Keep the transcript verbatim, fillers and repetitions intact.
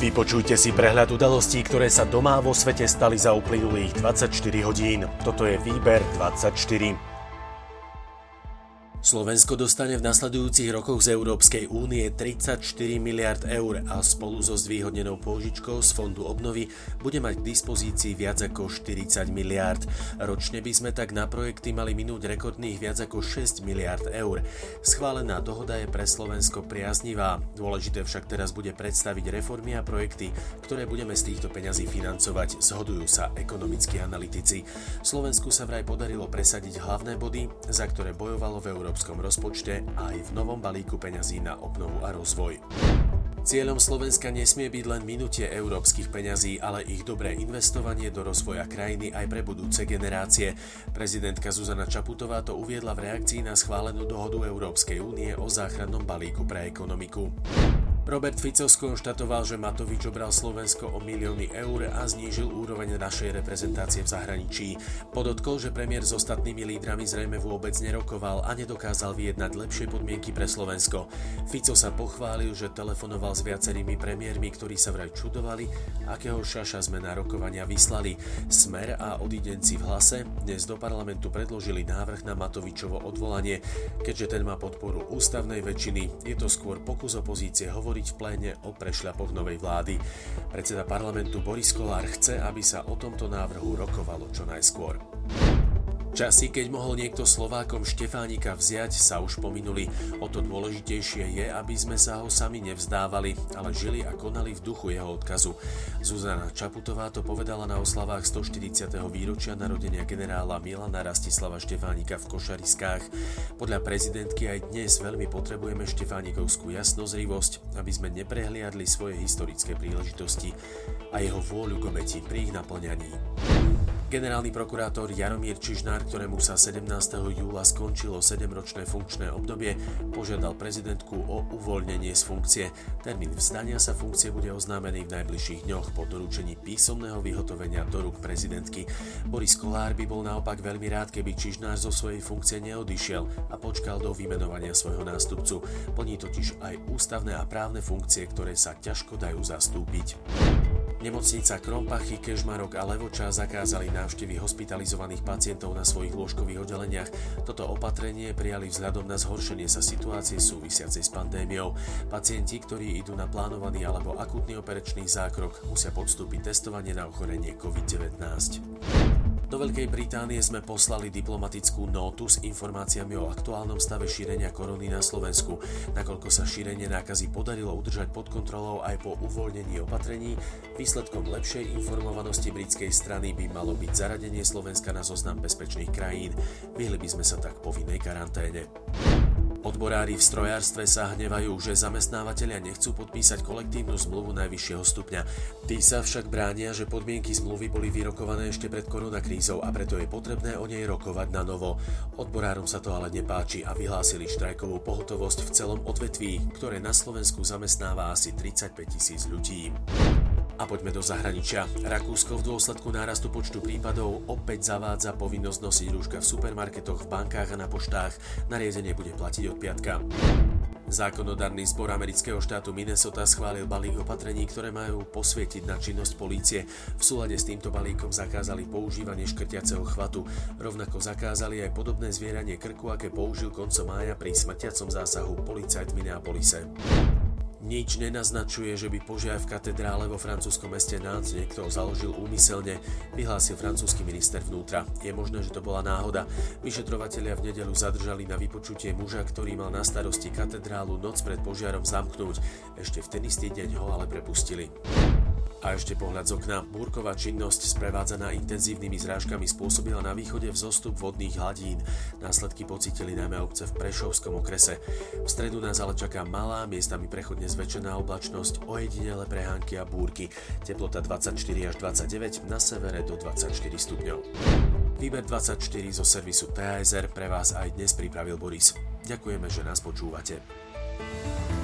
Vypočujte si prehľad udalostí, ktoré sa doma vo svete stali za uplynulých dvadsaťštyri hodín. Toto je Výber dvadsaťštyri. Slovensko dostane v nasledujúcich rokoch z Európskej únie tridsaťštyri miliárd eur a spolu so zvýhodnenou pôžičkou z Fondu obnovy bude mať k dispozícii viac ako štyridsať miliárd. Ročne by sme tak na projekty mali minúť rekordných viac ako šesť miliárd eur. Schválená dohoda je pre Slovensko priaznivá. Dôležité však teraz bude predstaviť reformy a projekty, ktoré budeme z týchto peňazí financovať, zhodujú sa ekonomickí analytici. Slovensku sa vraj podarilo presadiť hlavné body, za ktoré bojovalo v Európskej v európskom rozpočte a aj v novom balíku peňazí na obnovu a rozvoj. Cieľom Slovenska nesmie byť len minutie európskych peňazí, ale ich dobré investovanie do rozvoja krajiny aj pre budúce generácie. Prezidentka Zuzana Čaputová to uviedla v reakcii na schválenú dohodu Európskej únie o záchrannom balíku pre ekonomiku. Robert Fico skonštatoval, že Matovič obral Slovensko o milióny eur a znížil úroveň našej reprezentácie v zahraničí. Podotkol, že premiér s ostatnými lídrami zrejme vôbec nerokoval a nedokázal vyjednať lepšie podmienky pre Slovensko. Fico sa pochválil, že telefonoval s viacerými premiérmi, ktorí sa vraj čudovali, akého šaša sme na rokovania vyslali. Smer a odídenci v Hlase dnes do parlamentu predložili návrh na Matovičovo odvolanie. Keďže ten má podporu ústavnej väčšiny, je to skôr pokus opozície hovoriť v pléne o prešľapoch novej vlády. Predseda parlamentu Boris Kollár chce, aby sa o tomto návrhu rokovalo čo najskôr. Časy, keď mohol niekto Slovákom Štefánika vziať, sa už pominuli. O to dôležitejšie je, aby sme sa ho sami nevzdávali, ale žili a konali v duchu jeho odkazu. Zuzana Čaputová to povedala na oslavách stoštyridsiateho výročia narodenia generála Milana Rastislava Štefánika v Košariskách. Podľa prezidentky aj dnes veľmi potrebujeme štefánikovskú jasnozrivosť, aby sme neprehliadli svoje historické príležitosti a jeho vôľu k obeti pri ich naplňaní. Generálny prokurátor Jaromír Čižnár, ktorému sa sedemnásteho júla skončilo sedemročné funkčné obdobie, požiadal prezidentku o uvoľnenie z funkcie. Termín vzdania sa funkcie bude oznámený v najbližších dňoch po doručení písomného vyhotovenia do rúk prezidentky. Boris Kollár by bol naopak veľmi rád, keby Čižnár zo svojej funkcie neodišiel a počkal do vymenovania svojho nástupcu. Plní totiž aj ústavné a právne funkcie, ktoré sa ťažko dajú zastúpiť. Nemocnica Krompachy, Kežmarok a Levoča zakázali návštevy hospitalizovaných pacientov na svojich lôžkových oddeleniach. Toto opatrenie prijali vzhľadom na zhoršenie sa situácie súvisiacej s pandémiou. Pacienti, ktorí idú na plánovaný alebo akútny operačný zákrok, musia podstúpiť testovanie na ochorenie covid devätnásť. Do Veľkej Británie sme poslali diplomatickú nótu s informáciami o aktuálnom stave šírenia korony na Slovensku. Nakoľko sa šírenie nákazy podarilo udržať pod kontrolou aj po uvoľnení opatrení, výsledkom lepšej informovanosti britskej strany by malo byť zaradenie Slovenska na zoznam bezpečných krajín. Vyhli by sme sa tak povinnej karanténe. Odborári v strojárstve sa hnevajú, že zamestnávateľia nechcú podpísať kolektívnu zmluvu najvyššieho stupňa. Tí sa však bránia, že podmienky zmluvy boli vyrokované ešte pred koronakrízou a preto je potrebné o nej rokovať na novo. Odborárom sa to ale nepáči a vyhlásili štrajkovú pohotovosť v celom odvetví, ktoré na Slovensku zamestnáva asi tridsaťpäť tisíc ľudí. A poďme do zahraničia. Rakúsko v dôsledku nárastu počtu prípadov opäť zavádza povinnosť nosiť rúška v supermarketoch, v bankách a na poštách. Nariadenie bude platiť od piatka. Zákonodarný zbor amerického štátu Minnesota schválil balík opatrení, ktoré majú posvietiť na činnosť polície. V súlade s týmto balíkom zakázali používanie škrtiaceho chvatu. Rovnako zakázali aj podobné zvieranie krku, aké použil koncom mája pri smrtiacom zásahu policajt v Minneapolise. Nič nenaznačuje, že by požiar v katedrále vo francúzskom meste Nantes niekto založil úmyselne, vyhlásil francúzsky minister vnútra. Je možné, že to bola náhoda. Vyšetrovatelia v nedeľu zadržali na vypočutie muža, ktorý mal na starosti katedrálu noc pred požiarom zamknúť. Ešte v ten istý deň ho ale prepustili. A ešte pohľad z okna. Búrková činnosť sprevádzaná intenzívnymi zrážkami spôsobila na východe vzostup vodných hladín. Následky pocítili najmä obce v Prešovskom okrese. V stredu nás ale čaká malá, miestami prechodne zväčšená oblačnosť, ojedinele prehánky a búrky. Teplota dvadsaťštyri až dvadsaťdeväť, na severe do dvadsaťštyri stupňov. Výber dvadsaťštyri zo servisu té á es er pre vás aj dnes pripravil Boris. Ďakujeme, že nás počúvate.